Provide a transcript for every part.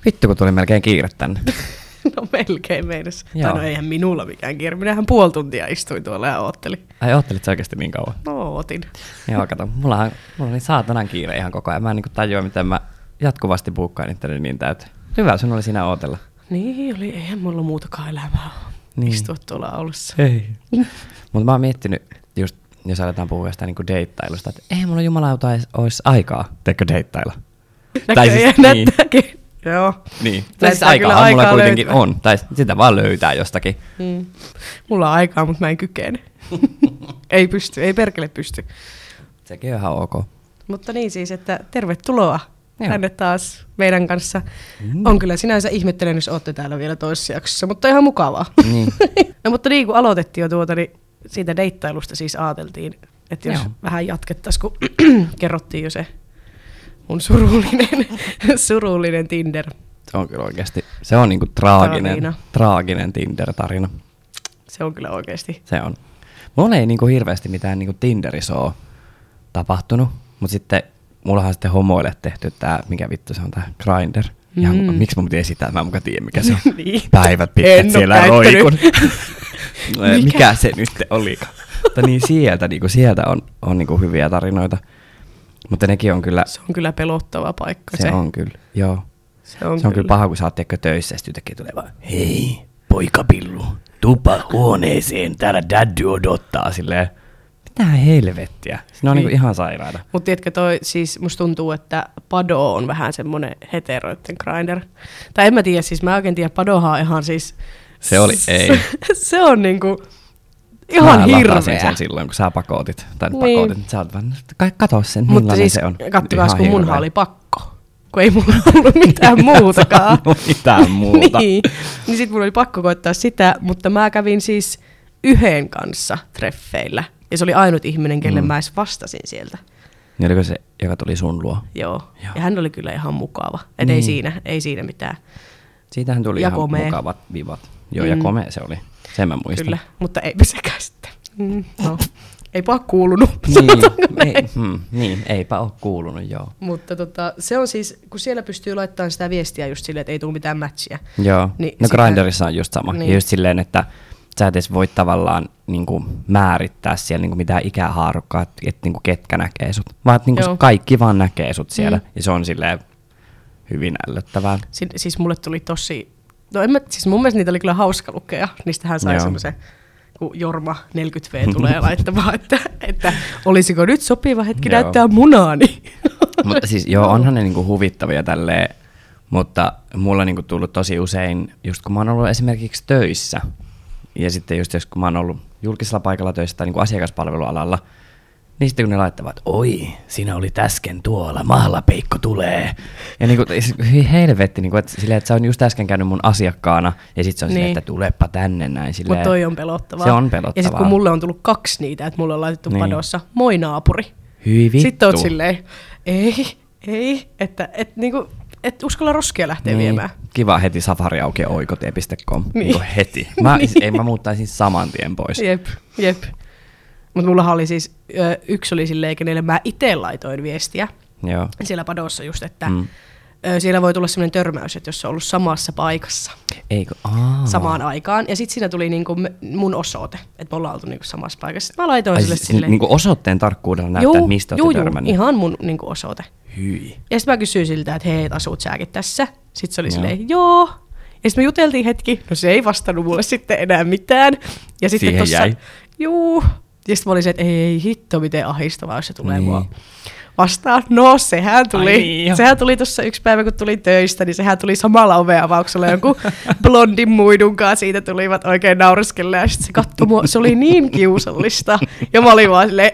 Vittu, kun tuli melkein kiire tänne. No melkein meinas. Tai no eihän minulla mikään kiire. Minähän puoli tuntia istuin tuolla ja oottelin. Ai oottelit sä oikeasti niin kauan? No ootin. Joo, kato. Mulla oli saatanan kiire ihan koko ajan. Mä en niin tajua, miten mä jatkuvasti buukkaan itteni niin täyteen. Hyvä, sun oli siinä ootella. Niin oli. Eihän mulla muutakaan elämää niin. Istua tuolla aulussa. Ei. Mutta mä oon miettinyt, just jos aletaan puhua jostain niinku deittailusta, että ei mulla jumalauta olisi aikaa, teekö deittailla? Näköjään näyttääkin. Joo. Niin. Tai siis aikaa mulla kuitenkin löytää. On. Tai sitä vaan löytää jostakin. Mulla on aikaa, mutta mä en kykene. Ei pysty, ei perkele pysty. Sekin on ihan ok. Mutta niin siis, että tervetuloa tänne taas meidän kanssa. On kyllä sinänsä ihmettelen, jos ootte täällä vielä toisessa jaksossa, mutta ihan mukavaa. Niin. No mutta niin kuin aloitettiin jo tuota, niin siitä deittailusta siis ajateltiin, että jos vähän jatkettaisiin, kun kerrottiin jo se mun surullinen Tinder. Se on kyllä oikeasti, se on niinku traaginen Tinder-tarina. Se on kyllä oikeasti. Se on. Mulla ei niinku hirveästi mitään niinku Tinderissä ole tapahtunut, mutta sitten mullahan sitten homoille tehty tää, mikä vittu se on tää Grindr. Ja miksi mä piti esittää, mä en mukaan tiedä mikä se on. Niin. Päivät pitkät siellä roikun. Mikä se nyt olikaan? Mutta niin sieltä on niinku hyviä tarinoita. Mutta nekin on kyllä... Se on kyllä pelottava paikka se. Se on kyllä, joo. Se on kyllä paha, kun sä oot töissä ja sitten yhtäkkiä tulee vaan, hei, poikapillu, tupa huoneeseen, täällä daddy odottaa silleen. Mitä helvettiä? Siinä on niinku ihan sairaita. Mutta tiedätkö siis musta tuntuu, että Pado on vähän semmonen heteroitten Grindr. Tai en mä tiedä, siis mä oikein tiedä, Padohan on ihan siis... Se oli, ei. Se on niinku... Ihan hirveä. Sen silloin, kun sä pakotit. Tai niin. Pakotit, sä oot vaan, kato sen, millainen siis, se on. Kattokaas, kun munhan oli pakko. Kun ei mulla ollut mitään muutakaan. Mitään muuta. Niin sit mulla oli pakko koittaa sitä, mutta mä kävin siis yhden kanssa treffeillä. Ja se oli ainut ihminen, kelle mä edes vastasin sieltä. Niin oliko se, joka tuli sun luo? Joo. Ja hän oli kyllä ihan mukava. Et ei siinä mitään. Siitähän tuli ihan mukavat vivat. Joo, ja komea se oli. Sen mä muistan. Kyllä, mutta eipä sekään sitten. No, eipä ole kuulunut. Eipä ole kuulunut, joo. Mutta se on siis, kun siellä pystyy laittamaan sitä viestiä just silleen, että ei tule mitään matchia. Joo, niin no Grindrissa on just sama. Niin. Ja just silleen, että sä et edes voi tavallaan niinku määrittää siellä niinku mitään ikähaarukkaa, että niinku ketkä näkee sut. Vaan että niinku kaikki vaan näkee sut siellä. Ja se on silleen hyvin ällöttävää. Siis mulle tuli tosi... No siis mun mielestä niitä oli kyllä hauska lukea. Niistähän sai semmoisen, kun Jorma 40V tulee laittamaan, että olisiko nyt sopiva hetki näyttää munaani. Mutta siis onhan ne niinku huvittavia tälleen, mutta mulla on niinku tullut tosi usein, just kun mä oon ollut esimerkiksi töissä, ja sitten just kun mä oon ollut julkisella paikalla töissä tai niinku asiakaspalvelualalla, niin sitten kun ne laittavat, oi, siinä oli äsken tuolla, mahlapeikko tulee. Ja niinku, helvetti, niinku, että sä on just äsken käynyt mun asiakkaana, ja sitten se on silleen, että tulepa tänne näin. Mutta toi on pelottavaa. Se on pelottavaa. Ja sitten kun mulle on tullut 2 niitä, että mulle on laitettu Padossa, moi naapuri. Hyi vittu. Sitten oot silleen, ei, että niinku, et uskalla roskia lähteä viemään. Kiva heti safari auki oikotie.com. Niin. Heti. Mä muuttaisin saman tien pois. Jep. Mutta mullahan oli siis, yksi oli silleen, kenelle mä itse laitoin viestiä. Joo. Siellä Padossa just, että siellä voi tulla sellainen törmäys, että jos on ollut samassa paikassa samaan aikaan. Ja sitten siinä tuli niinku mun osoite, että me ollaan oltu niinku samassa paikassa. Sitten mä laitoin sille silleen. Niinku osoitteen tarkkuudella näyttää, että mistä olette törmännyt? Ihan mun niinku osoite. Hyi. Ja sitten mä kysyin siltä, että hei, asut säkin tässä? Sitten se oli silleen, joo. Ja sitten me juteltiin hetki, no se ei vastannut mulle sitten enää mitään. Ja sitten siihen tossa, jäi. Juu. Ja sitten mä olin se, että ei hitto, miten ahistavaa, jos se tulee mua vastaan. No, sehän tuli tuossa yksi päivä, kun tuli töistä, niin sehän tuli samalla oven-avauksella jonkun blondin muidunkaan. Siitä tulivat oikein nauriskelle ja sitten se katsoi mua. Se oli niin kiusallista. Ja mä olin vaan silleen,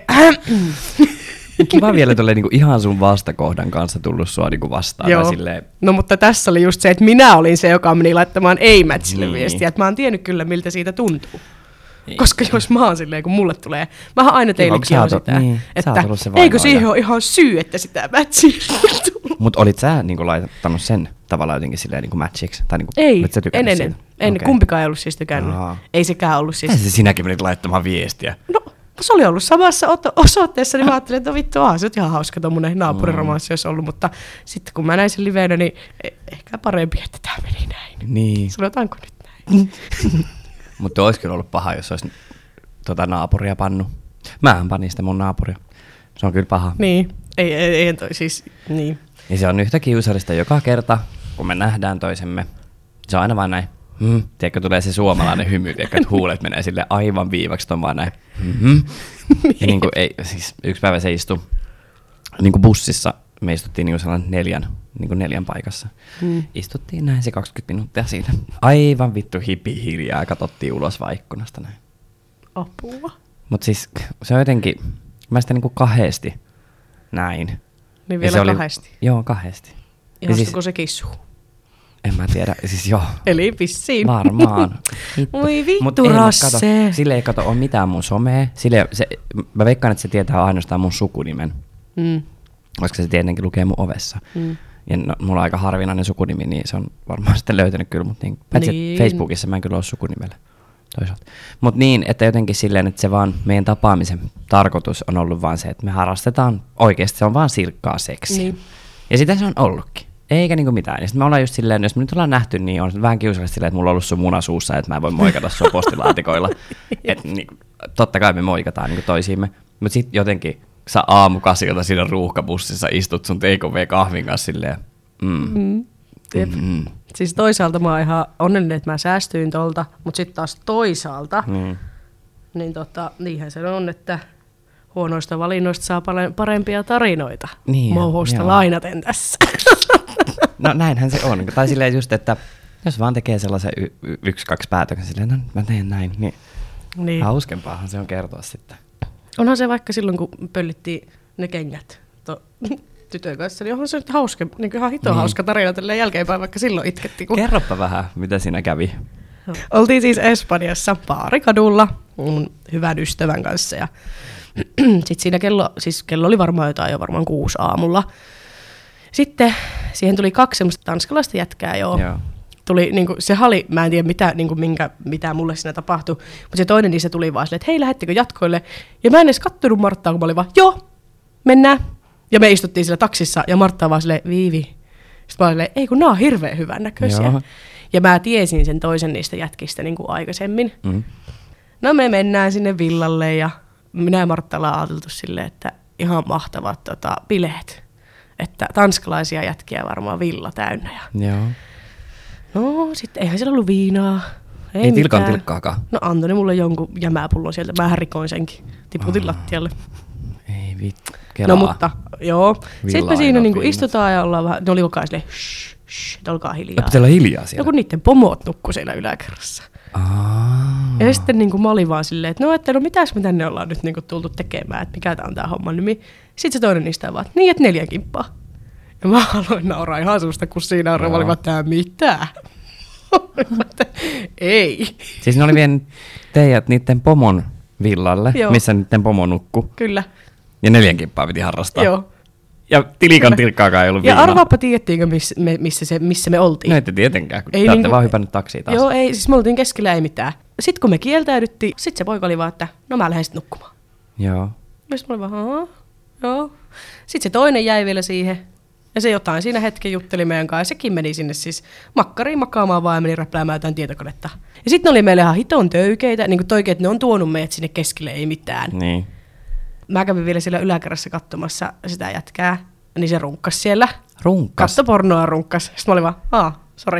Kiva vielä tulee niinku ihan sun vastakohdan kanssa tullut sua niinku vastaan. Joo. Silleen. No mutta tässä oli just se, että minä olin se, joka meni laittamaan ei-matchille viestiä. Että mä oon tiennyt kyllä, miltä siitä tuntuu. Koska jos mä oon silleen, kun mulle tulee, mähän aina teillekin on sitä, että eikö siihen ole ihan syy, että sitä matchia tullut. Mutta olit sä niinku laittanut sen tavallaan jotenkin silleen niinku matchiksi? Tai niinku, ei, en. Okay. Kumpikaan ei ollut siis tykännyt. Ei sekään ollut siis. Ei se sinäkin menit laittamaan viestiä. No, Se oli ollut samassa osoitteessa, niin mä ajattelin, että vittu, se on ihan hauska tommonen naapuriromanssi olisi ollut, mutta sitten kun mä näin sen liveenä, niin ehkä parempi, että tämä meni näin. Niin. Sanotaanko nyt näin? Mutta olisi kyllä ollut paha, jos olisi naapuria pannu. Mähän panin sitä mun naapuria. Se on kyllä paha. Niin, ei siis, niin. Ja se on yhtä kiusallista joka kerta, kun me nähdään toisemme. Se on aina vaan näin. Tiedätkö, tulee se suomalainen hymy, tiedätkö, että huulet menee sille aivan viivaksi, on vaan näin. Ja niin kuin, siis yksi päivä se istui niin kuin bussissa, me istuttiin niin kuin sellainen neljän paikassa. Istuttiin näin se 20 minuuttia siinä. Aivan vittu hiljaa ja katsottiin ulos vaan ikkunasta näin. Apua. Mut siis se on jotenkin, mä sitä niinku kahdesti näin. Niin vielä kahdesti? Joo, kahdesti. Ihastuiko se kissu? En mä tiedä, siis joo. Eli vissiin. Varmaan. Voi vittu rasse. Sille ei kato ole mitään mun somea. Mä veikkaan, että se tietää ainoastaan mun sukunimen. Koska se tietenkin lukee mun ovessa. Ja no, mulla on aika harvinainen sukunimi, niin se on varmaan sitten löytänyt kyllä. Mutta niin. Facebookissa mä en kyllä ole sukunimellä toisaalta. Mutta niin, että jotenkin silleen, että se vaan meidän tapaamisen tarkoitus on ollut vaan se, että me harrastetaan oikeasti, se on vaan silkkaa seksiä. Niin. Ja sitä se on ollutkin. Eikä niinku mitään. Ja sitten me ollaan just silleen, jos me nyt ollaan nähty, niin on vähän kiusallista silleen, että mulla on ollut sun muna suussa, että mä en voi moikata sua postilaatikoilla. Että niinku, totta kai me moikataan niinku toisiimme. Mutta sitten jotenkin sä aamukasilta siinä ruuhkabussissa istut sun TKV-kahvin kanssa silleen. Siis toisaalta mä oon ihan onnellinen, että mä säästyin tolta, mutta sitten taas toisaalta, niin niinhän se on, että huonoista valinnoista saa parempia tarinoita. Niin, Mouhosta lainaten tässä. No näinhän se on. Tai silleen just, että jos vaan tekee sellaisen 1-2 päätöksen silleen, no mä teen näin, niin hauskempaahan se on kertoa sitten. Onhan se vaikka silloin, kun pöllittiin ne kengät tytön kanssa, niin onhan se nyt hauska, niin ihan hauska tarina tälleen jälkeenpäin, vaikka silloin itkettiin. Kerropa vähän, mitä siinä kävi. Oltiin siis Espanjassa Baarikadulla mun hyvän ystävän kanssa ja sitten siinä kello oli varmaan jotain varmaan 6 aamulla. Sitten siihen tuli 2 semmoista tanskalaista jätkää Joo. Tuli, niinku, se oli, mä en tiedä mitä mulle siinä tapahtui, mutta se toinen niistä tuli vaan silleen, että hei, lähettekö jatkoille? Ja mä en edes kattonut Marttaa, kun mä olin vaan, joo, mennään. Ja me istuttiin siellä taksissa ja Martta vaan silleen, Viivi. Sitten mä olin silleen, ei kun nää on hirveän hyvän näköisiä. Joo. Ja mä tiesin sen toisen niistä jätkistä niin kuin aikaisemmin. No me mennään sinne villalle ja minä ja Martta ollaan ajateltu silleen, että ihan mahtavat bileet. Että tanskalaisia jätkiä varmaan villa täynnä. Joo. No sitten eihän siellä ollut viinaa. Ei tilkan tilkkaakaan. No antoi ne mulle jonkun jämäpullon sieltä. Mähän rikoin senkin. Tiputin lattialle. Ei vittu. Kelaa. No mutta joo. Sitten me siinä niinku istutaan ja ollaan vähän, ne oli koko ajan silleen, shh, olkaa hiljaa. Pitää olla hiljaa siellä. No kun niiden pomot nukkui siellä yläkerrassa. Ja sitten niinku mä olin vaan silleen, että no mitäs me tänne ollaan nyt niinku tultu tekemään, että mikä tää on tää homman nimi. Sitten se toinen niistä vaan, niin että 4 kimppaa. Ja mä aloin nauraa ihan suusta, kun siinä on oli vaan, tää mitä? Ei. Siis ne oli vienyt teidät niiden pomon villalle, missä niiden pomo nukkui. Kyllä. Ja 4 kimppaa piti harrastaa. Joo. Ja tilikan tilkkaakaan ei ollut viinaa. Ja arvaappa tiedettiinkö, missä me oltiin. No ette tietenkään, kun te olette vaan hypännyt taksiin taas. Joo, ei, siis me oltiin keskellä ei mitään. Sitten kun me kieltäydyttiin, sitten se poika oli vaan, että no mä lähden sitten nukkumaan. Joo. Ja sitten mä olin vaan, joo. Sitten se toinen jäi vielä siihen. Ja se jotain siinä hetken jutteli meidän kanssa. Ja sekin meni sinne siis makkariin makaamaan vaan ja meni räpläämään jotain tietokonetta. Ja sitten ne oli meille ihan hiton töykeitä. Niin kuin toikin, että ne on tuonut meidät sinne keskelle, ei mitään. Niin. Mä kävin vielä siellä yläkerrassa katsomassa sitä jätkää, niin se runkkas siellä. Runkkas? Katso pornoa runkkas. Sitten mä olin vaan, sori.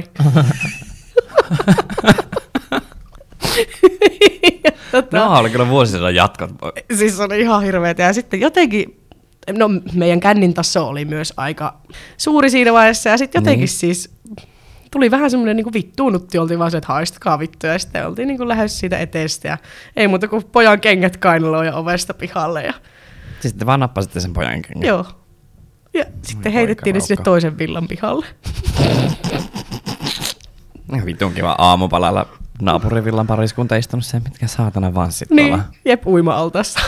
No oli kyllä vuosina jatkot. Siis oli ihan hirveetä. Ja sitten jotenkin, no meidän kännin taso oli myös aika suuri siinä vaiheessa. Ja sitten jotenkin siis tuli vähän semmoinen niin vittuunutti, oltiin vaan se, että haistakaa vittuja. Ja sitten oltiin niin lähes siitä eteestä. Ja ei muuta kuin pojan kengät kainaloon ja ovesta pihalle. Ja sitten vaan nappasitte sen pojan kengät. Joo. Ja sitten heitettiin ne sinne toisen villan pihalle. Vitun kiva aamupalalla naapurivillan pariskunta istunut sen, mitkä saatana vanssit niin, jep, uima-altassa.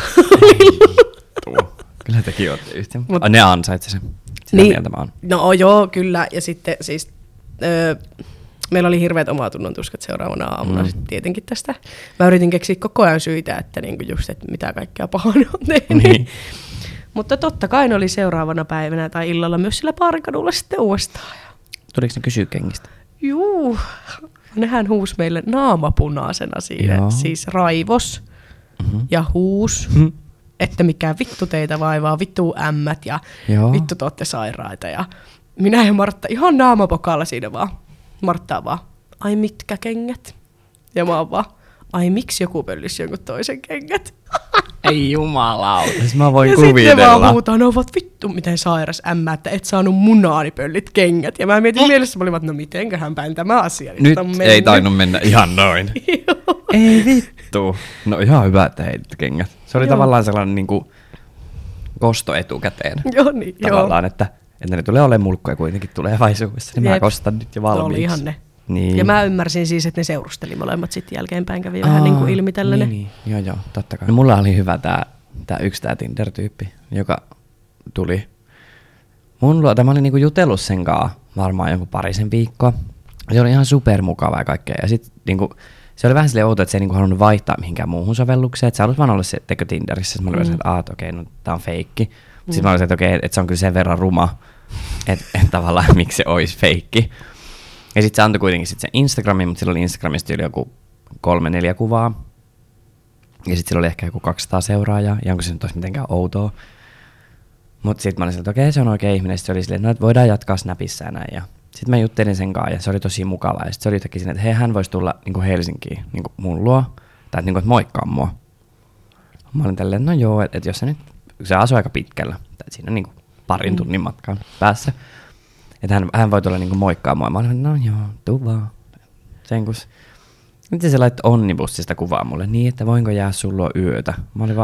Kyllä tekin ootte yhtä. Ne ansaitsi sen. Sitä niin, mieltä mä oon. No joo, kyllä. Ja sitten siis meillä oli hirveät omatunnon tuskat seuraavana aamuna sitten tietenkin tästä. Mä yritin keksiä koko ajan syitä, että niinku just, että mitä kaikkea pahaa ne on tehnyt. Niin. Mutta totta kai ne oli seuraavana päivänä tai illalla myös sillä baarikadulla sitten uudestaan. Tuliko ne kysyä kengistä? Juu, nehän huusi meille naamapunaisena siinä, Joo. siis raivos ja huus, että mikä vittu teitä vaivaa, vittu ämmät ja vittu te ootte sairaita. Ja minä ja Martta ihan naamapokalla siinä vaan. Martta vaan, ai mitkä kengät? Ja mä oon vaan, ai miksi joku pöllisi jonkun toisen kengät? Ei jumalauta, siis mä voin ja kuvitella. Ja sitten vaan huutaan, ne ovat vittu miten sairas ämmä, että et saanut munaanipöllit kengät. Ja mä mietin mielessä, mä olin, että no mitenköhän päin tämä asia. Nyt ei tainnut mennä ihan noin. Ei vittu. No ihan hyvä, että heitit kengät. Se oli tavallaan sellainen niinku kosto etukäteen. Joo niin, tavallaan, että ne tulee olemaan mulkkoja kuitenkin tulevaisuudessa, niin mä kostan nyt jo valmiiksi. Olihan ne. Niin. Ja mä ymmärsin siis, että ne seurusteli molemmat sitten jälkeenpäin, kävi vähän niin kuin ilmi tällainen. Niin. Joo, totta kai. No, mulla oli hyvä tää Tinder-tyyppi, joka tuli mun luota. Mä olin niinku jutellut sen kanssa varmaan jonkun parisen viikkoa. Se oli ihan supermukava ja kaikkea. Ja sit niinku, se oli vähän silleen outo, että se ei niinku halunnut vaihtaa mihinkään muuhun sovellukseen. Että se halusi vaan olla se teko Tinderissä. Mä olin että okei, no tää on feikki. Sitten mä olin että okei, että se on kyllä sen verran ruma, että tavallaan miksi se olisi feikki. Ja sitten se antoi kuitenkin sit sen Instagramin, mutta sillä oli Instagramista yli joku 3-4 kuvaa. Ja sitten sillä oli ehkä joku 200 seuraajaa, ja onko se nyt olisi mitenkään outoa. Mutta sitten mä olin että okei, se on oikea ihminen. Sitten se oli silleen, että voidaan jatkaa Snapissa ja näin. Ja sitten mä juttelin sen kanssa, ja se oli tosi mukava. Ja sitten se oli jotenkin sinne, että hei, hän voisi tulla niinku Helsinkiin niinku mun luo, tai niinku, että moikkaa mua. Mä olin tälleen, no joo, että jos se asui aika pitkällä, tai siinä niinku parin tunnin matkan päässä. Että hän voi tulla niinku moikkaa mua. Mä olin, no joo, tuu vaan. Miten se laittoi Onnibussista kuvaa mulle niin, että voinko jää sun luo yötä? Mä olin vaan,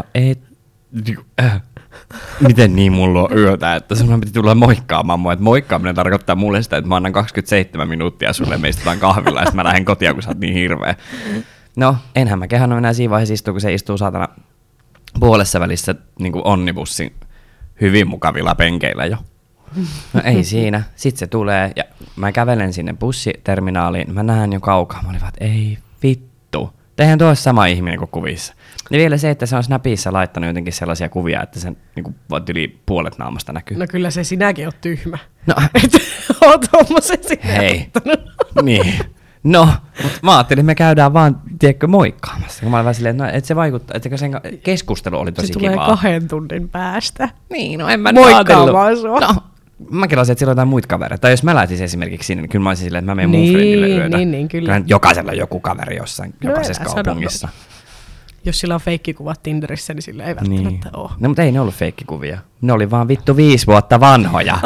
miten niin mun luo yötä, että sun piti tulla moikkaamaan mua. Että moikkaaminen tarkoittaa mulle sitä, että mä annan 27 minuuttia sulle, me istutaan kahvilla ja sitten mä lähden kotia, kun sä oot niin hirveä. No, enhän mä kehannut enää siinä vaiheessa istua, kun se istuu saatana puolessa välissä niinku Onnibussin hyvin mukavilla penkeillä jo. No ei siinä. Sitten se tulee ja mä kävelen sinne bussiterminaaliin. Mä näen jo kaukaa. Mä olin vaan, että ei vittu. Eihän tuo sama ihminen kuin kuvissa. Ja vielä se, että se on Snapissa laittanut jotenkin sellaisia kuvia, että sen niin yli puolet naamasta näkyy. No kyllä se sinäkin oot tyhmä. No. Että oot tommosen sinne hei. Niin. No, mutta mä ajattelin, että me käydään vaan, tiedätkö, moikkaamassa. Mä olin vaan silleen, että se vaikuttaa, että sen keskustelu oli tosi kivaa. Se tulee 2 tunnin päästä. Niin, no en mä moikkaamaan sua. No. Mäkin olisin, että sillä on jotain muita kavereita. Tai jos mä lähtisin esimerkiksi sinne, niin kyllä mä olisin silleen, että mä menen mun friendille yötä. Niin, kyllä. Jokaisella on joku kaveri jossain, jokaisessa kaupungissa. Jos sillä on feikkikuvat Tinderissä, niin sillä ei välttämättä ole. No, mutta ei ne ollut feikkikuvia. Ne oli vaan vittu 5 vuotta vanhoja.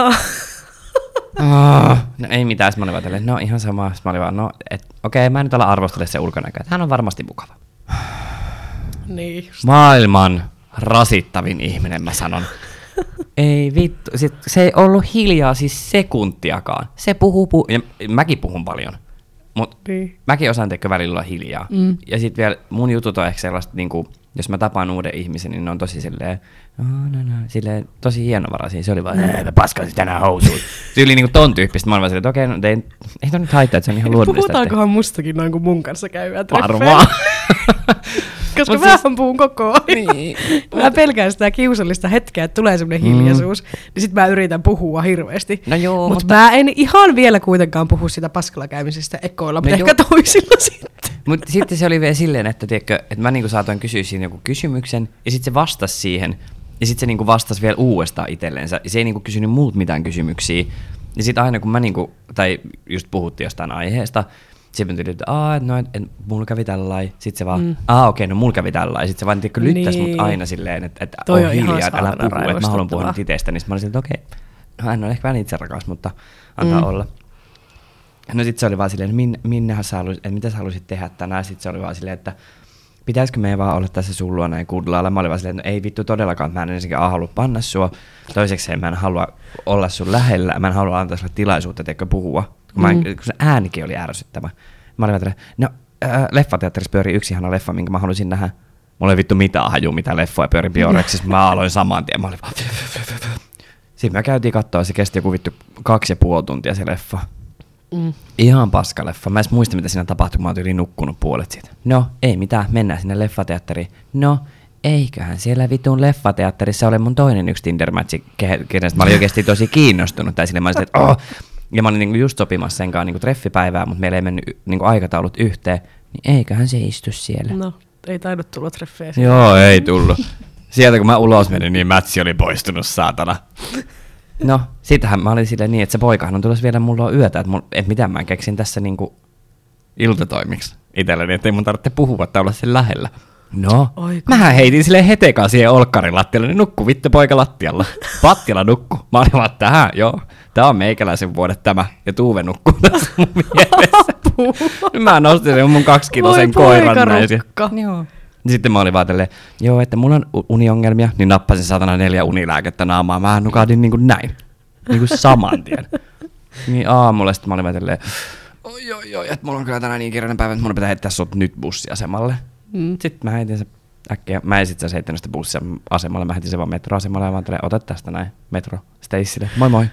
No ei mitään, mä olin vaan tälleen, no ihan sama. Mä olin vaan, no, okei, mä en nyt ala arvostele sen ulkonäköä. Hän on varmasti mukava. Niin just. Maailman rasittavin ihminen, mä sanon. Ei vittu, se ei ollut hiljaa siis sekuntiakaan. Se puhuu, ja mäkin puhun paljon, mutta mäkin osaan tehdä välillä olla hiljaa. Ja sitten vielä mun jutut on ehkä sellaista, niinku, jos mä tapaan uuden ihmisen, niin ne on tosi silleen tosi hienovaraisia. Se oli vaan, mä paskasin tänään housuun. Se oli niinku ton tyyppistä. Mä olin vaan silleen, että okei, no ei ton nyt haittaa, että se on ihan luonnollista. Puhutaankohan mustakin noin, kun mun kanssa käydään treffeillä? Varmaan. Koska mähän puhun koko ajan. Niin. Mä pelkään sitä kiusallista hetkeä, että tulee semmoinen hiljaisuus, niin sit mä yritän puhua hirveästi. No joo, mutta mä en ihan vielä kuitenkaan puhu sitä paskalla käymisestä ekoilla, mutta ehkä toisilla sitten. Mutta sitten se oli vielä silleen, että, tiedätkö, että mä niinku saatoin kysyä siinä joku kysymyksen, ja sitten se vastasi siihen, ja sitten se niinku vastasi vielä uudestaan itsellensä, ja se ei niinku kysynyt muut mitään kysymyksiä. Ja sitten aina kun mä niinku, tai just puhuttiin jostain aiheesta, sitten tuli, että mulla kävi tällainen. Sitten se vaan, okei, no mulla kävi tällainen. Sitten se vaan lyttäisi mut aina silleen, että on hiljaa, että älä puhu, että mä haluan puhua nyt itsestäni. Sitten mä olin silleen, että okei, no hän on ehkä vähän itserakas, mutta antaa olla. No sitten se oli vaan silleen, että mitä sä haluaisit tehdä tänään. Sitten se oli vaan silleen, että pitäisikö meidän vaan olla tässä sun luona ja kudlailla. Mä olin vaan silleen, että no ei vittu todellakaan, mä en ensinnäkin halua panna sua. Toiseksi mä en halua olla sun lähellä, mä en halua antaa sulle tilaisuutta, teekö puhua. Kun se äänikin oli ärsyttävä. Mä olin vaan, no leffateatterissa pyörii yksi ihana leffa, minkä mä haluaisin nähdä. Mulla ei vittu mitään hajua, mitä leffoja pyörii Biorexissa. Mä aloin saman tien. Mä olin vaan. Sitten me käytiin katsoa, se kesti joku vittu 2,5 tuntia se leffa. Ihan paskaleffa. Mä en muista, mitä siinä tapahtui, kun mä oon nukkunut puolet siitä. No, ei mitään, mennään sinne leffateatteriin. No, eiköhän siellä vitun leffateatterissa ole mun toinen yksi Tinder-matchi, kenestä mä olin oikeasti tosi kiinnostunut. Tai sille mä olin, että ja mä olin niinku just sopimassa sen kanssa niinku treffipäivää, mutta meillä ei mennyt niinku aikataulut yhteen. Niin eiköhän se istu siellä. No, ei tainnut tulla treffejä. Joo, ei tullut. Sieltä kun mä ulos menin, niin mätsi oli poistunut, saatana. No, sitähän mä olin silleen niin, että se poikahan on tulossa vielä mulla on yötä, että mitä mä keksin tässä niinku iltatoimiksi itselleni, ettei mun tarvitse puhua tai olla sen lähellä. No, mähän heitin silleen hetekaan siihen olkkarin lattialle, niin nukku vittu poika lattialla. Pattialla nukku. Mä olin vaan, tähän, joo, tää on meikäläisen vuodet tämä, ja Tuuve nukkuu tässä mun mielessä. Mä nostin sen mun 2-kilosen koiran näin. Joo. Sitten mä olin vaan tälleen, joo, että mulla on uniongelmia, niin nappasin 104 unilääkettä naamaan. Mä nukahdin niin kuin näin, niin kuin saman tien. Niin aamulla sitten mä olin vaan tälleen, oi, että mulla on kyllä tänään niin kiireinen päivä, että mun pitää heittää sut nyt bussiasemalle. Sitten mä heitin se äkkiä, mä en sitten heittänyt sitä bussiasemalle, mä heitin se vaan metroasemalle ja vaan tälleen, ota tästä näin, metro, Stacelle, moi moi.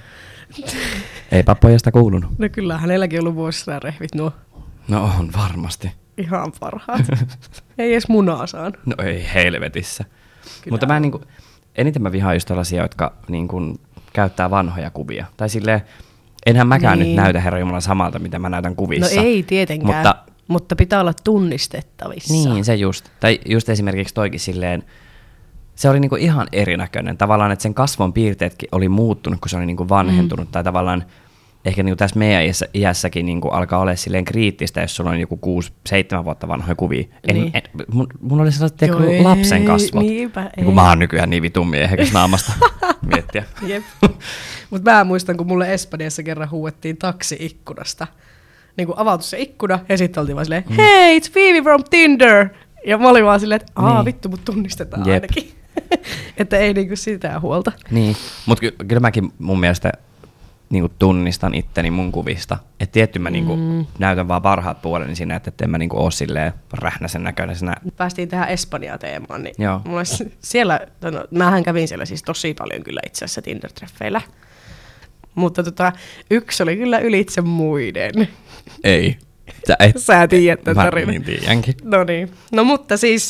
Eipä pojasta kuulunut. No kyllä, hänelläkin ollut vuosissa rehvit nuo. No on varmasti. Ihan parhaat. Ei edes munaa saan. No ei helvetissä. Kyllä. Mutta mä niinku, eniten mä vihaan just tällaisia, jotka niinku käyttää vanhoja kuvia. Tai silleen, enhän mäkään nyt näytä Herra Jumala samalta, mitä mä näytän kuvissa. No ei tietenkään, mutta pitää olla tunnistettavissa. Niin, se just. Tai just esimerkiksi toikin silleen, se oli niinku ihan erinäköinen. Tavallaan, että sen kasvon piirteetkin oli muuttunut, kun se oli niinku vanhentunut. Tai tavallaan, ehkä niinku tässä meidän iässäkin niinku alkaa olla silleen kriittistä, jos sulla on joku 6-7 vuotta vanhoja kuvia. Niin. Mun oli sellaiset lapsen kasvot. Niinpä, kun mä oon nykyään niin vitun miehekäs naamasta miettiä. Jep. Mut mä muistan, kun mulle Espanjassa kerran huuettiin taksi-ikkunasta. Niin kuin avautui se ikkuna ja sitten oltiin vaan silleen, hey, it's Phoebe from Tinder! Ja mä olin vaan silleen, että vittu, mut tunnistetaan ainakin. Että ei niinku sitä huolta. Niin, mut kyllä mäkin mun mielestä niinku tunnistan itteni mun kuvista. Että tietty mä niinku näytän vaan parhaat puoleni siinä, että en mä niinku oo silleen rähnäsen näköisenä. Päästiin tähän Espanja-teemaan, niin mulla siellä, mähän kävin siellä siis tosi paljon kyllä itse asiassa Tinder-treffeillä. Mutta yksi oli kyllä ylitse muiden. Ei. Sä tiedät tämän tarinan. Mä niin tiedänkin. No niin. No mutta siis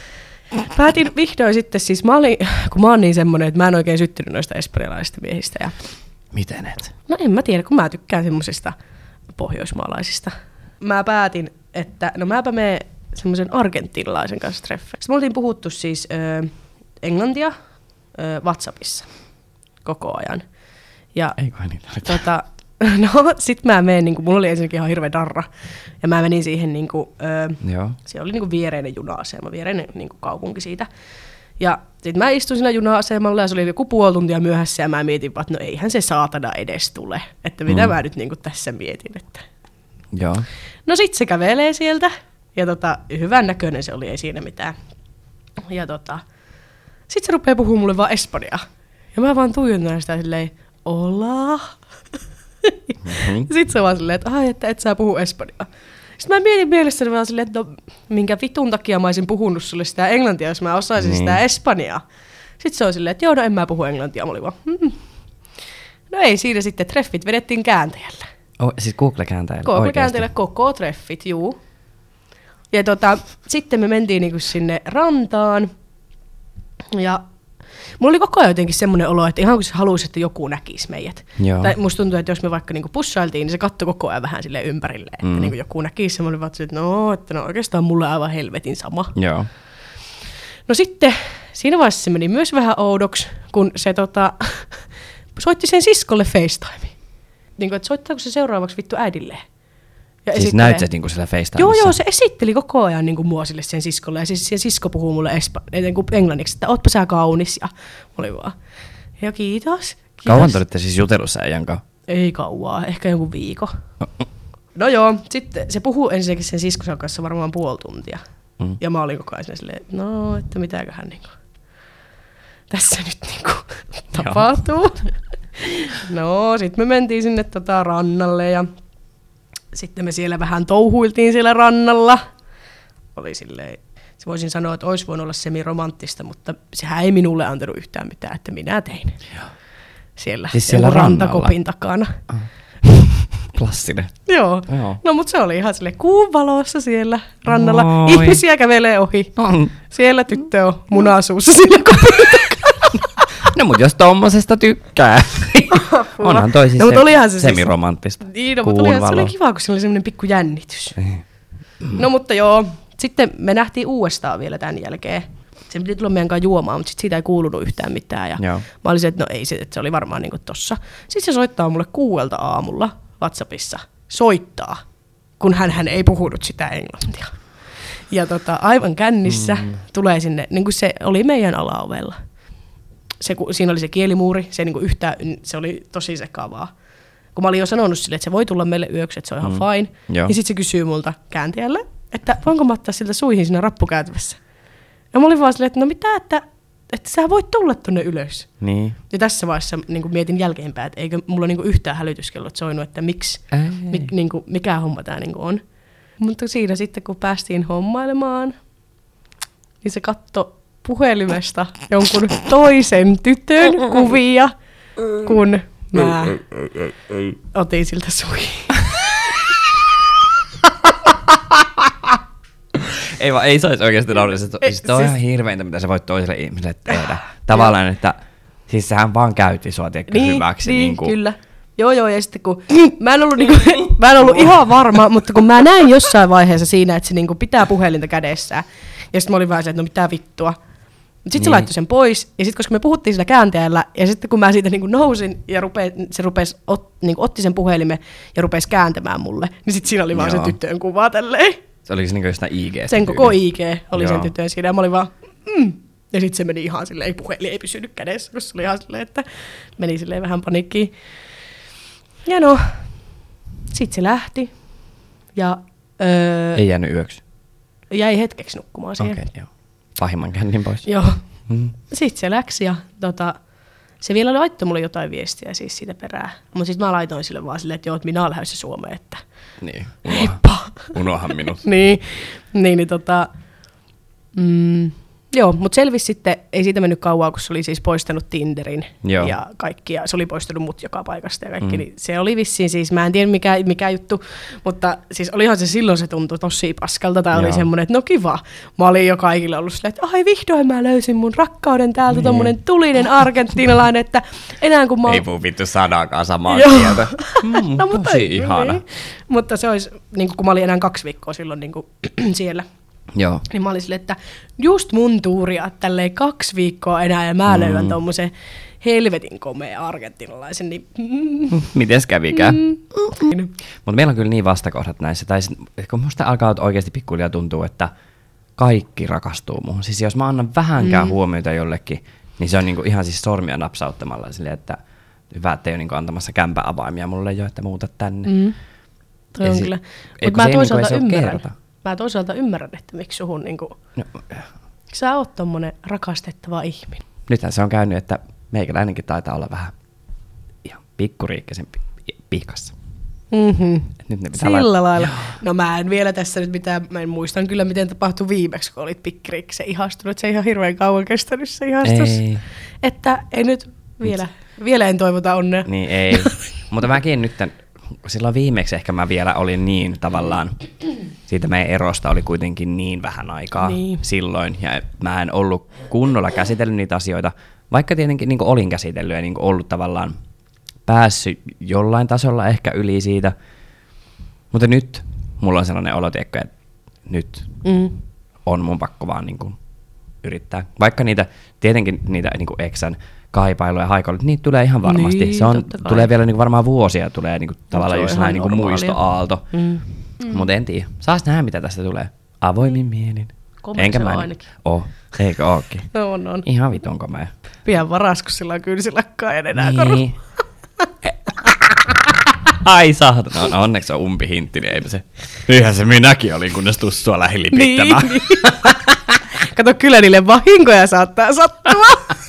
päätin vihdoin sitten siis, kun mä oon niin semmonen, että mä en oikein syttynyt noista espanjalaisista miehistä. Ja miten et? No en mä tiedä, kun mä tykkään semmosista pohjoismaalaisista. Mä päätin, että no mäpä menen semmoisen argentinlaisen kanssa treffeiksi. Me oltiin puhuttu siis englantia WhatsAppissa koko ajan. Ja eiköhän niitä no sit mä menen, niinku, mulla oli ensinnäkin ihan hirveä darra. Ja mä menin siihen, niinku, siellä oli niinku viereinen juna-asema, viereinen niinku kaupunki siitä. Ja sit mä istuin siinä juna-asemalla ja se oli joku puoli tuntia myöhässä ja mä mietin, että no eihän se saatana edes tule. Että mitä mä nyt niinku tässä mietin. Että. Joo. No sit se kävelee sieltä ja hyvän näköinen se oli, ei siinä mitään. Ja sit se rupeaa puhumaan mulle vaan espanjaa. Ja mä vaan tuijotan sitä silleen, hola. Sitten se vaan silleen, että et sä puhu espanjaa. Sitten mä mietin mielessäni vaan silleen, että no, minkä vitun takia mä olisin puhunut sulle sitä englantia, jos mä osaisin sitä espanjaa. Sitten se on silleen, että joo, no en mä puhu englantia. Mä olin vaan, No ei siinä sitten, treffit vedettiin kääntäjällä. Siis Google-kääntäjällä? Google-kääntäjällä koko treffit, juu. Ja sitten me mentiin niinku sinne rantaan. Ja mulla oli koko ajan jotenkin semmoinen olo, että ihan kun se haluaisi, että joku näkisi meidät. Joo. Tai musta tuntuu, että jos me vaikka niinku pussailtiin, niin se katsoi koko ajan vähän silleen ympärilleen, että niinku joku näkisi. Ja mä olin vaan, että no oikeastaan mulle aivan helvetin sama. Joo. No sitten siinä vaiheessa se meni myös vähän oudoksi, kun se soitti sen siskolle FaceTime. Niin kuin, että soittaako se seuraavaksi vittu äidilleen. Ja siis näyt se niinku siellä FaceTimessa? Joo, se esitteli koko ajan niinku mua sille sen siskolle. Ja siis sen sisko puhuu mulle englanniksi, että ootpa sä kaunis. Ja oli vaan, ja kiitos. Kauan te olitte siis jutellut sen äijän kanssa? Ei kauaa, ehkä joku viikko. No joo, sitten se puhuu ensinnäkin sen siskon kanssa varmaan puoli tuntia. Ja mä olin koko ajan silleen, että no, että mitäköhän niinku tässä nyt niinku tapahtuu. No, sitten me mentiin sinne rannalle ja sitten me siellä vähän touhuiltiin siellä rannalla. Oli silleen, voisin sanoa, että olisi voinut olla semiromanttista, mutta sehän ei minulle antanut yhtään mitään, että minä tein. Joo. Siellä, siis siellä rantakopin takana. Klassinen. Joo. No mut se oli ihan silleen kuun valossa siellä rannalla. Moi. Ihmisiä kävelee ohi. Siellä tyttö on munasuussa sillä No mut jos tommosesta tykkää. Onhan toi siis no, se semiromanttista. Niin, no, mutta se oli kiva, kun se oli semmoinen pikku jännitys. No mutta joo, sitten me nähtiin uudestaan vielä tämän jälkeen. Se piti tulla meidän kanssa juomaan, mutta sit siitä ei kuulunut yhtään mitään. Ja mä olisin, että no ei se, että se oli varmaan niinku tossa. Sitten se soittaa mulle 6 aamulla WhatsAppissa. Soittaa, kun hän ei puhunut sitä englantia. Ja aivan kännissä tulee sinne, niin kuin se oli meidän alaovella. Siinä oli se kielimuuri, se oli tosi sekavaa. Kun mä olin jo sanonut sille, että se voi tulla meille yöksi, että se on ihan fine. Ja sitten se kysyy multa kääntäjälle, että voinko mä ottaa siltä suihin siinä rappukäytävässä. Ja mä olin vaan silleen, että no mitä, että sä voit tulla tonne ylös. Niin. Ja tässä vaiheessa niin mietin jälkeenpäin, että eikö mulla niin yhtään hälytyskellot soinut, että mikä homma tää niin on. Mutta siinä sitten, kun päästiin hommailemaan, niin se katsoi puhelimesta jonkun toisen tytön kuvia, kun mä otin siltä suihin. Ei saisi oikeasti naurista. Se on ihan hirveintä, mitä sä voit toiselle ihmiselle tehdä. Tavallaan, että siis sehän vaan käytti sua hyväksi. Niin, kyllä. Joo, ja sitten kun mä en ollut ihan varma, mutta kun mä näin jossain vaiheessa siinä, että se niinku pitää puhelinta kädessään, ja sitten mä olin vähän se, että no mitä vittua. Sitten se laittoi sen pois, ja sitten koska me puhuttiin sillä kääntäjällä, ja sitten kun mä siitä niinku nousin, ja se otti sen puhelimen ja rupesi kääntämään mulle, niin sitten siinä oli vaan se tyttöön kuva tälleen. Se oli niinku jostain IG. Sen koko IG oli sen tyttöön siinä, ja mä olin vaan, Ja sitten se meni ihan silleen, puhelin ei pysynyt kädessä, koska se oli ihan silleen, että meni silleen vähän paniikkiin. Ja no, sitten se lähti, ja ei jäänyt yöksi? Jäi hetkeksi nukkumaan siihen. Okei, joo. Pahimman kännin pois. Joo. Sitten se läksi ja se vielä laittoi mulle jotain viestiä siis siitä perään. Mutta sitten mä laitoin sille vaan silleen, että joo, että minä olen lähdössä Suomeen, että niin, unohan minut. Joo, mutta selvisi sitten, ei siitä mennyt kauaa, kun se oli siis poistanut Tinderin ja kaikki, ja se oli poistanut mut joka paikasta ja kaikki, niin se oli vissiin siis, mä en tiedä mikä juttu, mutta siis olihan se silloin, se tuntui tosi paskalta, tai oli semmoinen, että no kiva. Mä olin jo kaikille ollut silleen, että ai vihdoin mä löysin mun rakkauden täältä, tommonen tulinen argentiinalainen, että enää kun mä ei puu vittu sanakaan samaa kieltä. No, mutta tosi ihana. Niin. Mutta se olisi, niin kun mä olin enää 2 viikkoa silloin niin siellä. Joo. Niin mä olin silleen, että just mun tuuria, tälleen 2 viikkoa enää, ja mä löydän tommosen helvetin komea argentinalaisen, niin mites kävikään? Mutta meillä on kyllä niin vastakohdat näissä, tai kun musta alkaa oikeasti pikkuhiljaa tuntuu, että kaikki rakastuu muuhun. Siis jos mä annan vähänkään huomiota jollekin, niin se on niinku ihan siis sormia napsauttamalla silleen, että hyvä, ettei ole niinku antamassa kämpäavaimia mulle jo, että muuta tänne. Toi on kyllä. Mutta mä toisaalta ymmärrän, että miksi suhun niinku sä oot tommonen rakastettava ihminen. Nythän se on käynyt, että meikäläinenkin taitaa olla vähän ihan pikkuriikkäisen pihkassa. Nyt ne pitää sillä lailla. No mä en vielä tässä nyt mitään, mä en muistan kyllä miten tapahtui viimeksi, kun olit pikkuriikkäisen ihastunut. Se ei ihan hirveän kauan kestänyt se ihastus. Ei. Että ei nyt vielä en toivota onnea. Niin ei, mutta mäkin nyt silloin viimeksi ehkä mä vielä olin niin tavallaan, siitä meidän erosta oli kuitenkin niin vähän aikaa silloin, ja mä en ollut kunnolla käsitellyt niitä asioita, vaikka tietenkin niin kuin olin käsitellyt ja niin kuin ollut tavallaan päässyt jollain tasolla ehkä yli siitä, mutta nyt mulla on sellainen olo, että nyt on mun pakko vaan niin kuin yrittää, vaikka tietenkin niitä niin kuin eksän kaipailu ja haikailu, niitä tulee ihan varmasti. Niin, se tulee vielä niinku varmaan vuosia, tulee niinku tavallaan just näin niinku muistoaalto. Mutta en tiedä. Saas nähdä, mitä tästä tulee. Avoimin mielin. Enkä mä ainakin. Eikö ookin? No on. Ihan vitun komea. Pian varas, kun sillä on kynsilakkaa ja enää niin. Ai saatana. No, onneksi on umpihintti, niin eipä se. Yhä se minäkin olin, kunnes tussua lähdin lipittämään. Niin. Kato, kyllä niille vahinkoja saattaa sattua.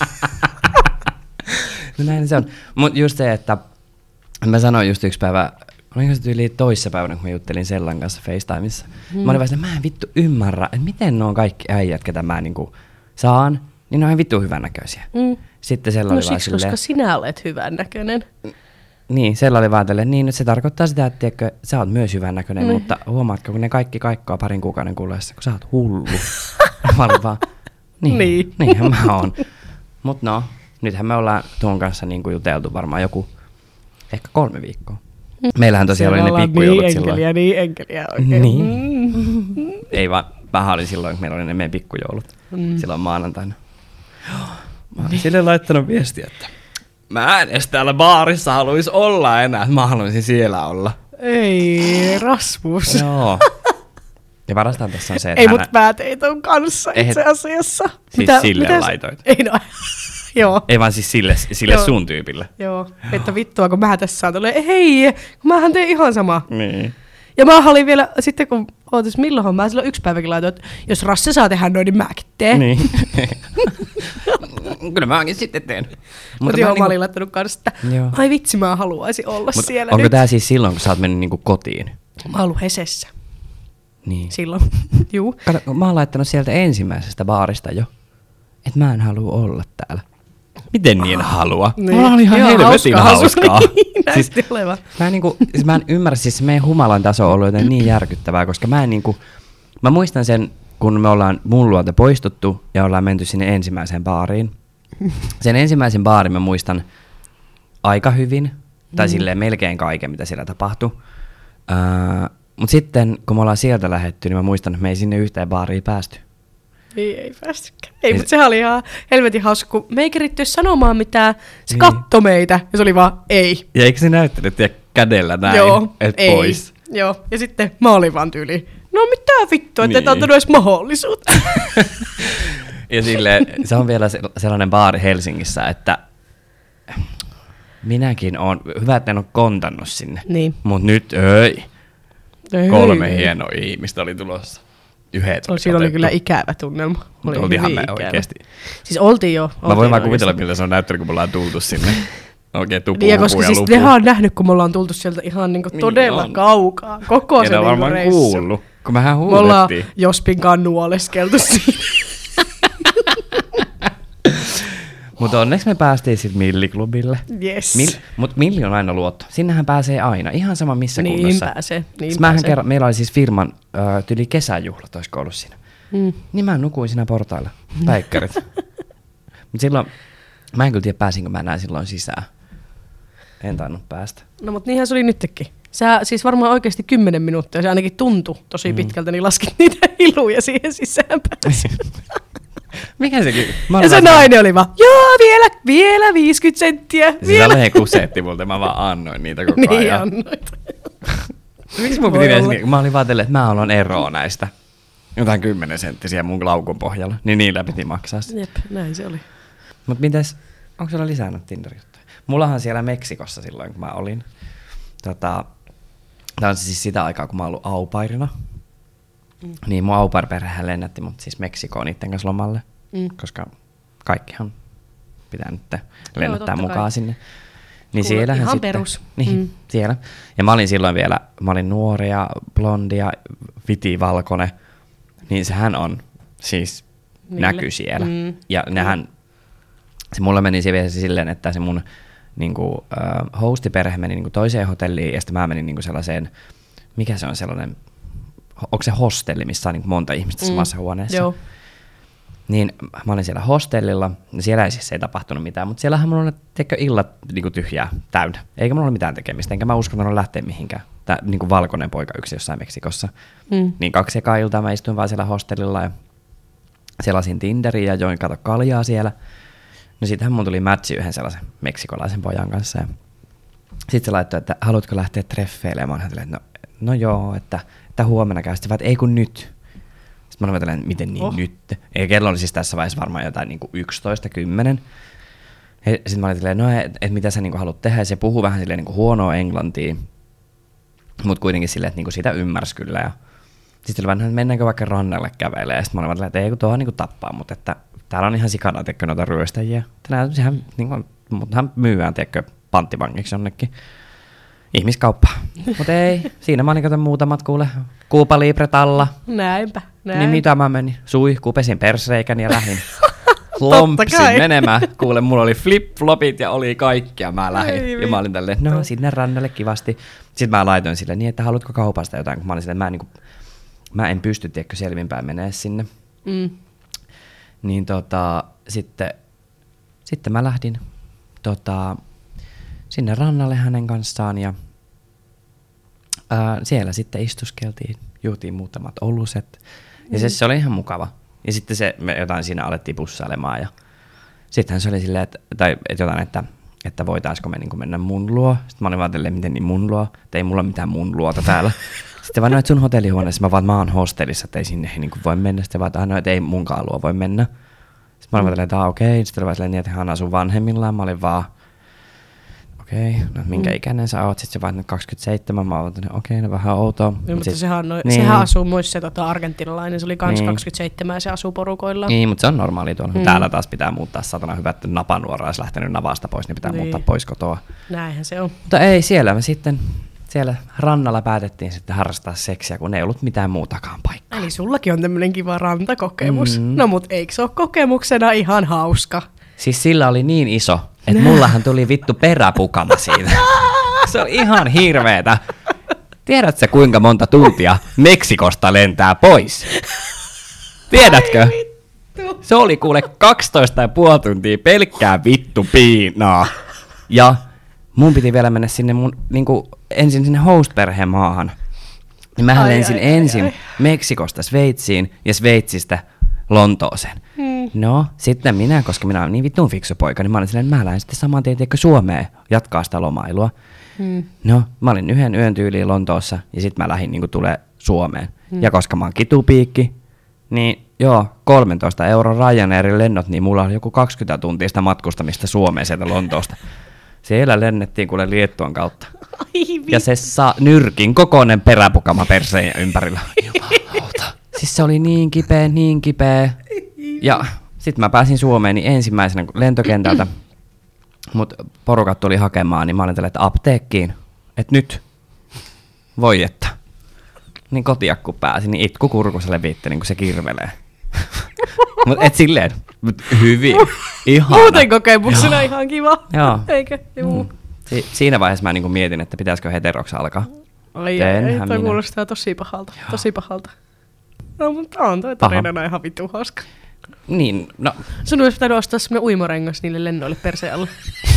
No näin se on. Mutta just se, että mä sanoin just yksi päivä, olinko se tyyliin toissapäivänä, kun mä juttelin Sellan kanssa FaceTimeissa. Mä olin vaan että mä en vittu ymmärrä, että miten nuo kaikki äijät, ketä mä niinku saan, niin ne on vittu hyvännäköisiä. Sitten Sella oli vaan siksi, koska sinä olet hyvännäköinen. Niin, siellä oli vaan tälleen, niin nyt se tarkoittaa sitä, että tiedätkö, sä oot myös hyvän näköinen, mutta huomaatko, kun ne kaikki kaikkoa parin kuukauden kuluessa, kun sä oot hullu. Mä olin vaan, niinhän mä oon. Mut no, nythän me ollaan tuon kanssa niin kuin juteltu varmaan joku, ehkä 3 viikkoa. Meillähän tosiaan oli ne pikkujoulut silloin. Niin enkeliä oikein. Niin. Ei vaan, vähän oli silloin, kun meillä oli ne meidän pikkujoulut. Silloin maanantaina. Mä olin sille laittanut viestiä, että mä en edes täällä baarissa haluaisi olla enää, mä haluaisin siellä olla. Ei, Rasmus. Joo. Ja parastaan tässä on se, että ei, mut mä tein ton kanssa itse asiassa. Siis sille laitoit? Ei no, joo. Ei vaan siis sille sun tyypille. Joo, että vittua, kun mä tässä on hei, kun mähän tein ihan sama. Niin. Ja mä olin vielä, sitten kun milloinhan mä silloin 1 päiväkin laitoin, että jos Rasse saa tehdä noin, niin mäkin teen. Niin. Kyllä mäkin sitten teen. Mutta joo, mä olin laittanut kanssa, että ai vitsi, mä haluaisin olla siellä onko nyt. tää siis silloin, kun sä oot mennyt niinku kotiin? Mä oon ollut Hesessä. Niin. Silloin, juu. Kato, mä oon laittanut sieltä ensimmäisestä baarista jo, että mä en halua olla täällä. Miten niin halua? Niin. Mä olin ihan helvetin hauskaa. Siis, mä en ymmärrä, siis meidän humalan taso on ollut joten niin järkyttävää, koska mä muistan sen, kun me ollaan mun luolta poistuttu ja ollaan menty sinne ensimmäiseen baariin. Sen ensimmäisen baarin mä muistan aika hyvin, tai silleen melkein kaiken, mitä siellä tapahtui. Mutta sitten, kun me ollaan sieltä lähdetty, niin mä muistan, että me ei sinne yhteen baariin päästy. Ei päästykään. Ei, mutta sehän oli ihan helvetin hauska, kun me ei keritty sanomaan mitään. Se kattoi meitä ja se oli vaan ei. Ja eikö se näyttänyt kädellä näin, että pois? Joo, ja sitten mä olin vaan tyyliin, no mitä vittua, että et antanut edes mahdollisuutta. Ja silleen, se on vielä sellainen baari Helsingissä, että minäkin on, hyvä, että en ole kontannut sinne, niin. Mutta nyt ei. 3 hienoa ihmistä oli tulossa. 1 oli siinä oli kyllä ikävä tunnelma. Oltiinhan me oikeasti. Siis oltiin jo. Mä voin vaan kuvitella, miltä se on näyttänyt, kun me ollaan tultu sinne. Oikein tupu, ja koska siis nehän on nähnyt, kun me ollaan tultu sieltä ihan niinku todella niin kaukaa. Koko se niinku varmaan reissu. Kuullut, kun mehän huudettiin. Me ollaan Jospin kannu oleskeltu siinä. Mutta onneksi me päästiin sitten Milliklubille. Yes. Mutta Milli on aina luotto. Sinnehän pääsee aina, ihan sama missä kunnossa. Niin pääsee. Meillä oli siis firman tyli kesäjuhlat, olisiko ollut siinä. Niin mä nukuin siinä portailla, päikkärit. Mutta silloin, mä en kyllä tiedä pääsinkö mä näin silloin sisään. En tainnut päästä. No mutta niinhän se oli nytkin. Sä siis varmaan oikeasti 10 minuuttia, se ainakin tuntui tosi pitkältä, niin laskit niitä iluja siihen sisään pääsi. Mikä sekin? Ja se nainen oli vaan, joo, vielä 50 senttiä. Vielä. Se kusetti multa, mä vaan annoin niitä koko ajan. Niin annoit. Miksi mun piti esimerkiksi, mä olin vaan että mä haluan eroa näistä. Jotain 10 senttisiä mun laukun pohjalla, niin niillä piti maksaa. Jep, näin se oli. Mut mites, onko sulla lisää noita Tinder-juttuja? Mullahan siellä Meksikossa silloin, kun mä olin. Tää on siis sitä aikaa, kun mä oon ollut aupairina. Niin mun aupair-perhehän lennätti mut siis Meksikoon niitten kanssa lomalle, koska kaikkihan pitää nyt lennättää mukaan kai sinne. Niin siellähän ihan sitten, perus. Niin, siellä. Ja mä olin silloin vielä, mä olin nuori ja blondi ja vitivalkoinen, niin sehän on siis näky siellä. Ja nehän, se mulla meni vielä silleen, että se mun niinku, hostiperhe meni niinku toiseen hotelliin ja sitten mä menin niinku sellaiseen, mikä se on sellainen, onko se hostelli, missä on niin monta ihmistä samassa huoneessa? Joo. Niin mä olin siellä hostellilla, siellä ei siis ei tapahtunut mitään, mutta siellähän mulla on illat niin tyhjää täynnä. Eikä mulla ole mitään tekemistä, enkä mä uskonut lähteä mihinkään. Tää niin valkoinen poika yksi jossain Meksikossa. Niin 2 ekaa iltaa mä istuin vaan siellä hostellilla ja selasin Tinderiä ja join kato kaljaa siellä. No sittenhän mun tuli matchi yhden sellaisen meksikolaisen pojan kanssa. Ja sit se laittoi, että haluatko lähteä treffeilemään? Mä ajattelin, että no joo, että huomenna käy. Sitten vaan, että ei kun nyt. Sitten mä ajattelin, että miten niin nyt? Ja kello oli siis tässä vaiheessa varmaan jotain niin 11:10. Sitten mä ajattelin, no että mitä sä niin haluat tehdä. Ja se puhuu vähän silleen niin huonoa englantia, mutta kuitenkin silleen, että niin siitä ymmärsi kyllä. Ja sitten oli vähän, että mennäänkö vaikka rannalle kävelemään. Ja sitten mä ajattelin, että ei kun tuohan niin tappaa, mutta että täällä on ihan sikana, tiedätkö, noita ryöstäjiä. Sehän niin muthan myyään, tiedätkö, panttivankiksi jonnekin. Ihmiskauppa. Mutta ei, siinä mä olin muutamat kuule. Cuba Libre alla. Näinpä. Niin mitä mä menin? Suihku, pesin persreikäni ja lähdin. lompsin menemään. Kuule, mulla oli flip-flopit ja oli kaikkia. Mä lähdin. Ja mä olin tälleen, no sinne rannalle kivasti. Sitten mä laitoin sille niin, että haluatko kaupasta jotain. Kun mä olin silleen, mä en pysty, tiedätkö, selvinpäin menee sinne. Niin sitten mä lähdin sinne rannalle hänen kanssaan ja siellä sitten istuskeltiin, juotiin muutamat oluset ja se oli ihan mukava. Ja sitten me jotain siinä alettiin pussailemaan ja sittenhän se oli silleen, että voitaisko me niinku mennä mun luo. Sitten mä olin vaan tälleen, miten niin mun luo, että ei mulla ole mitään mun luota täällä. Sitten vaan että sun hotellihuoneessa, mä oon hostellissa, että ei sinne niinku voi mennä. Sitten vaan, että ei munkaan luo voi mennä. Sitten mä olin vaan että okei. Sitten oli vaan silleen niin, että hän asuu vanhemmillaan. Mä olin vaan, okei, no minkä ikäinen sä oot? Sitten se vaan 27. Mä olin okei, no vähän outoa. No, mutta sehän asuu myös se argentinalainen. Se oli kans 27 ja se asuu porukoilla. Niin, mutta se on normaalia tuolla. Täällä taas pitää muuttaa satana hyvä, että napanuora olisi lähtenyt navasta pois, niin pitää muuttaa pois kotoa. Näinhän se on. Mutta ei, siellä rannalla päätettiin sitten harrastaa seksiä, kun ei ollut mitään muutakaan paikkaa. Eli sullakin on tämmönen kiva rantakokemus. No mut eikö se ole kokemuksena ihan hauska? Siis sillä oli niin iso, että mullahan tuli vittu peräpukama siitä. Se on ihan hirveetä. Tiedätkö kuinka monta tuntia Meksikosta lentää pois? Tiedätkö? Se oli kuule 12,5 tuntia pelkkää vittu piinaa. Ja mun piti vielä mennä sinne ensin sinne host-perheen maahan. Niin mähän lensin ensin Meksikosta Sveitsiin ja Sveitsistä Lontooseen. No, sitten minä, koska minä olen niin vittuun fiksu poika, niin mä olin silleen, että mä lähdin sitten saman tien Suomeen jatkaa sitä lomailua. No, mä olin yhden yön tyyliin Lontoossa ja sitten mä lähdin tulee Suomeen. Ja koska mä oon kitupiikki, niin 13 € Ryanairin lennot, niin mulla oli joku 20 tuntia sitä matkustamista Suomeen sieltä Lontoosta. Siellä lennettiin kuule Liettuan kautta. Ja se nyrkin kokoinen peräpukama perseen ympärillä. Jumalauta. Siis se oli niin kipeä. Ja sit mä pääsin Suomeen niin ensimmäisenä lentokentältä. Mut porukat tuli hakemaan, niin mä olin tällä, että apteekkiin. Et nyt. Voi että. Niin kotia kun pääsin, niin itku kurkuselle viitti, niin kun se kirvelee. Mut et silleen. Mut hyvin. Ihana. Muuten kokemuksena ihan kiva. Joo. Eikö? Siinä vaiheessa mä niinku mietin, että pitäisikö heteroksi alkaa. Ai, toi kuulostaa tosi pahalta. Joo. Tosi pahalta. No, mutta on toi tarinana ihan vittu hauska. Niin, no. Sun olisi pitänyt ostaa semmonen uimarengas niille lennoille perseen alle.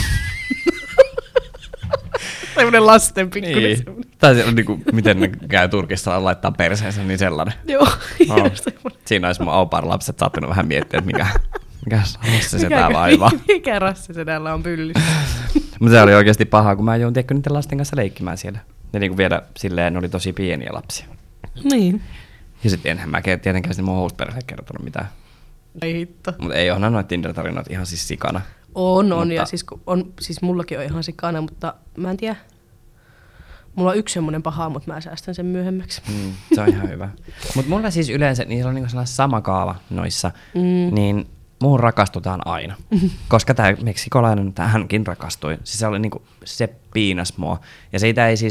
Semmoinen lasten pikkuinen. Niin. Tai se on niinku, miten ne käy Turkissa laittaa perseensä, niin sellainen. Joo. Siinä olisi mun au pair lapset saattanut vähän miettiä, että mikä rassi se tää vaivaa. Mikä rassi se täällä on pyllyssä. Mutta se oli oikeasti paha, kun mä joudun niiden lasten kanssa leikkimään siellä. Ne niinku vielä silleen, ne oli tosi pieniä lapsia. Niin. Ja sitten enhän mä tietenkään sinne mun host-perheelle kertonut mitään. Ei hitto. Mutta ei onhan noita Tinder-tarinoita ihan siis sikana. On, mutta... ja siis mullakin on ihan sikana, mutta mä en tiedä. Mulla on yksi semmoinen paha, mutta mä säästän sen myöhemmäksi. Se on ihan hyvä. Mutta mulla siis yleensä, niin se on niinku sellainen sama kaava noissa, niin muuhun rakastutaan aina. Koska tää meksikolainen, hänkin rakastui. Siis se oli niinku, se piinas mua. Ja siitä ei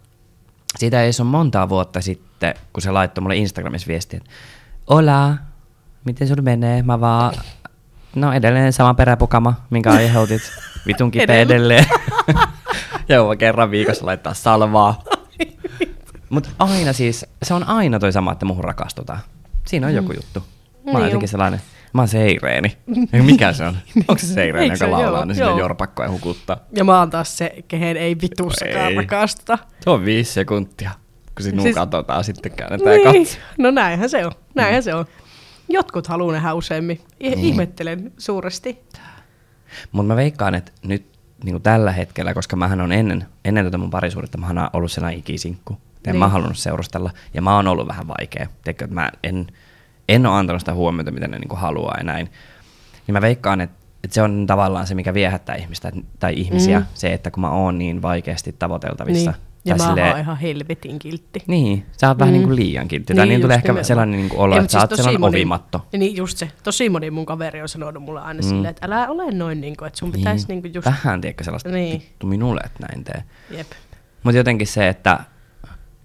ole montaa vuotta sitten, kun se laittoi mulle Instagramissa viestiä, että Hola, miten sulla menee? Mä vaan, no edelleen sama peräpukama, minkä aiheutit. Vitun kipeä edelleen. Joo, kerran viikossa laittaa salvaa. Mutta aina siis, se on aina toi sama, että muuhun rakastutaan. Siinä on joku juttu. Mä oon jotenkin sellainen, mä oon Seireeni. Mikä se on? Onko se Seireeni, joka laulaa, niin sinne jorpakkoa ja hukuttaa? Ja mä oon taas se, kehen ei vitussakaan rakastuta. Se on 5 sekuntia, kun sinua siis... katsotaan, sitten käännetään katse. No näinhän se on, se on. Jotkut haluaa nähdä useammin. Ihmettelen suuresti. Mutta mä veikkaan, että nyt niin tällä hetkellä, koska mähän on ennen tätä mun parisuudetta, mä oon ollut sellainen ikisinkku. En mä halunnut seurustella, ja mä oon ollut vähän vaikea. Teikö, että mä en ole antanut sitä huomiota, mitä ne niin haluaa ja näin. Niin mä veikkaan, että se on tavallaan se, mikä viehättää ihmistä tai ihmisiä. Se, että kun mä oon niin vaikeasti tavoiteltavissa. Niin. Ja mä oon ihan helvetin kiltti. Niin, sä oot vähän niin kuin liian kiltti. Tai niin tulee ehkä sellainen niin kuin olo, että sä oot sellainen ovimatto. Niin just se. Tosi moni mun kaveri on sanonut mulle aina silleen, että älä ole noin, niin kuin, että sun pitäisi niin kuin just... Vähän tiedätkö sellaista, vittu minulle, että näin tee. Jep. Mutta jotenkin se, että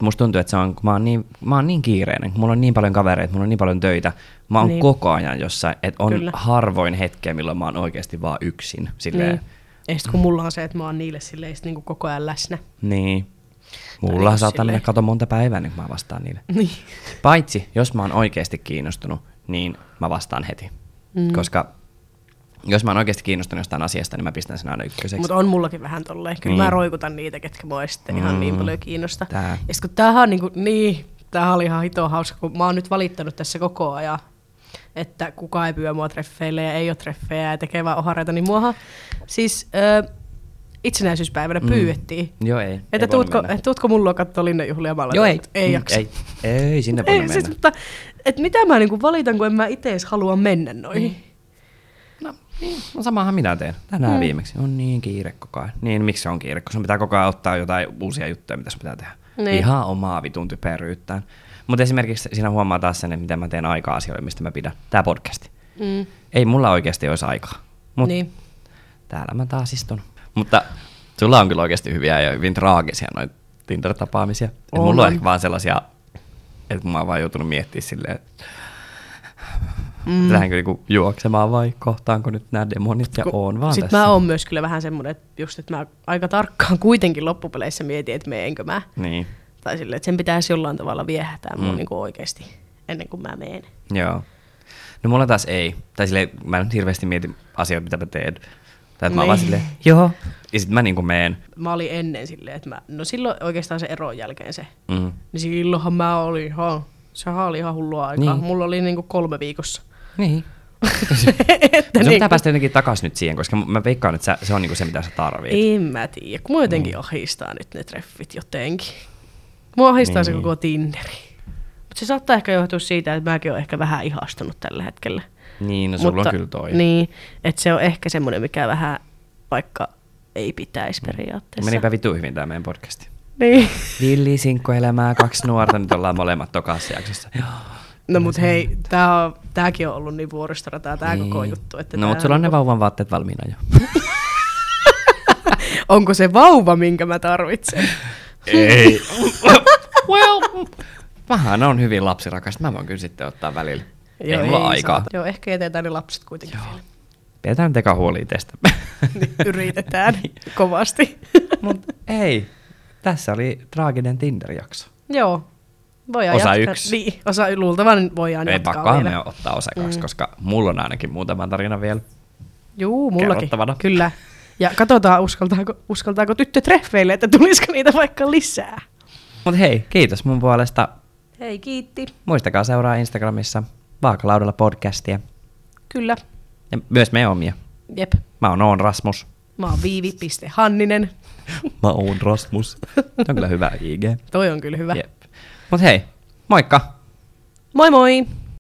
musta tuntuu, että se on, kun mä oon niin kiireinen, kun mulla on niin paljon kavereita, mulla on niin paljon töitä, mä oon koko ajan jossain, että on harvoin hetkeä, milloin mä oon oikeasti vaan yksin. Silleen. Niin. Ja sit kun mulla on se, että mä oon niille silleen niinku koko ajan läsnä. Niin. Mulla saattaa mennä kato monta päivää, niin kun mä vastaan niille. Niin. Paitsi, jos mä oon oikeasti kiinnostunut, niin mä vastaan heti. Koska jos mä oon oikeasti kiinnostunut jostain asiasta, niin mä pistän sen aina ykköseksi. Mutta on mullakin vähän tolleen. Kyllä mä roikutan niitä, ketkä mua sitten ihan niin paljon kiinnostaa. Ja sit kun tämähän on tämähän oli ihan hito hauska, kun mä oon nyt valittanut tässä koko ajan, että kukaan ei pyydä mua treffeille ja ei ole treffejä ja tekee vaan ohareita, niin muahan siis itsenäisyyspäivänä pyydettiin. Joo, ei. Että tuutko mun luo katsoa linnanjuhlia? Joo, ei. Ei jaksa. Ei sinne voi mennä. Siis, mutta, että mitä mä niinku valitan, kun en mä itse edes halua mennä noihin? No samahan minä teen. Tänään viimeksi. On niin kiire koko ajan. Niin, miksi se on kiire? Kun sun pitää koko ajan ottaa jotain uusia juttuja, mitä sun pitää tehdä. Niin. Ihan omaa vitun typeryyttään. Mutta esimerkiksi siinä huomaa taas sen, että miten mä teen aikaa asioille, mistä mä pidän. Tää podcasti. Ei mulla oikeasti olisi aikaa. Niin. Täällä mä taas istun. Mutta sulla on kyllä oikeasti hyviä ja hyvin traagisia noita Tinder-tapaamisia. Mulla on ehkä vaan sellaisia, että mä oon vaan joutunut miettimään silleen, että lähdenkö niinku juoksemaan vai kohtaanko nyt nämä demonit ja oon vaan sitten tässä. Mä oon myös kyllä vähän semmoinen, että mä aika tarkkaan kuitenkin loppupeleissä mietin, että meenkö mä. Niin. Tai silleen, että sen pitäisi jollain tavalla viehätää mun niinku oikeasti ennen kuin mä meen. Joo. No mulla taas ei. Tai silleen, mä en hirveästi mieti asioita, mitä mä teen. Tai että mä oon vaan silleen, joo. Ja sit mä niinku meen. Mä olin ennen silleen, että silloin oikeastaan se eron jälkeen se. Niin silloinhan mä olin sehän oli ihan hullua aikaa. Niin. Mulla oli niinku 3 viikossa. Niin. Sun pitää päästä jotenkin takas nyt siihen, koska mä veikkaan, että se on niinku se, mitä sä tarvit. En mä tiedä, kun mua jotenkin ahistaa nyt ne treffit jotenkin. Mua ahistaa se koko Tinderi. Mutta se saattaa ehkä johtua siitä, että mäkin oon ehkä vähän ihastunut tällä hetkellä. Niin, no sulla on kyllä toi. Niin, että se on ehkä semmoinen, mikä vähän vaikka ei pitäisi periaatteessa. Menipä vittu hyvin tää meidän podcasti. Niin. Villisinkkuelämää, 2 nuorta, nyt ollaan molemmat tokassa jaksossa. No mut hei, tääkin on ollut niin vuoristorataa tää koko juttu. Että no mut sulla on ne vauvan vaatteet valmiina jo. Onko se vauva, minkä mä tarvitsen? Ei. Well, vähän on hyvin lapsirakas. Mä voin kyllä sitten ottaa välillä. Joo, ei mulla aikaa. Joo, ehkä jätetään ne lapset kuitenkin vielä. Pidetään nyt eka huoli itsestä. Yritetään kovasti. Mut ei. Tässä oli traaginen Tinder-jakso. Joo. Voidaan osa jatkaa. 1. Niin, luultavan voidaan ei jatkaa pakkohan vielä. me ottaa osa 2, koska mulla on ainakin muutama tarina vielä. Juu, mullakin. Kyllä. Ja katsotaan, uskaltaako tyttö treffeille, että tulisiko niitä vaikka lisää. Mut hei, kiitos mun puolesta. Hei, kiitti. Muistakaa seuraa Instagramissa Vaakalaudalla podcastia. Kyllä. Ja myös me omia. Jep. Mä oon Rasmus. Mä oon Viivi.Hanninen. Mä oon Rasmus. Toi on kyllä hyvä IG. Toi on kyllä hyvä. Jep. Mut hei, moikka! Moi moi!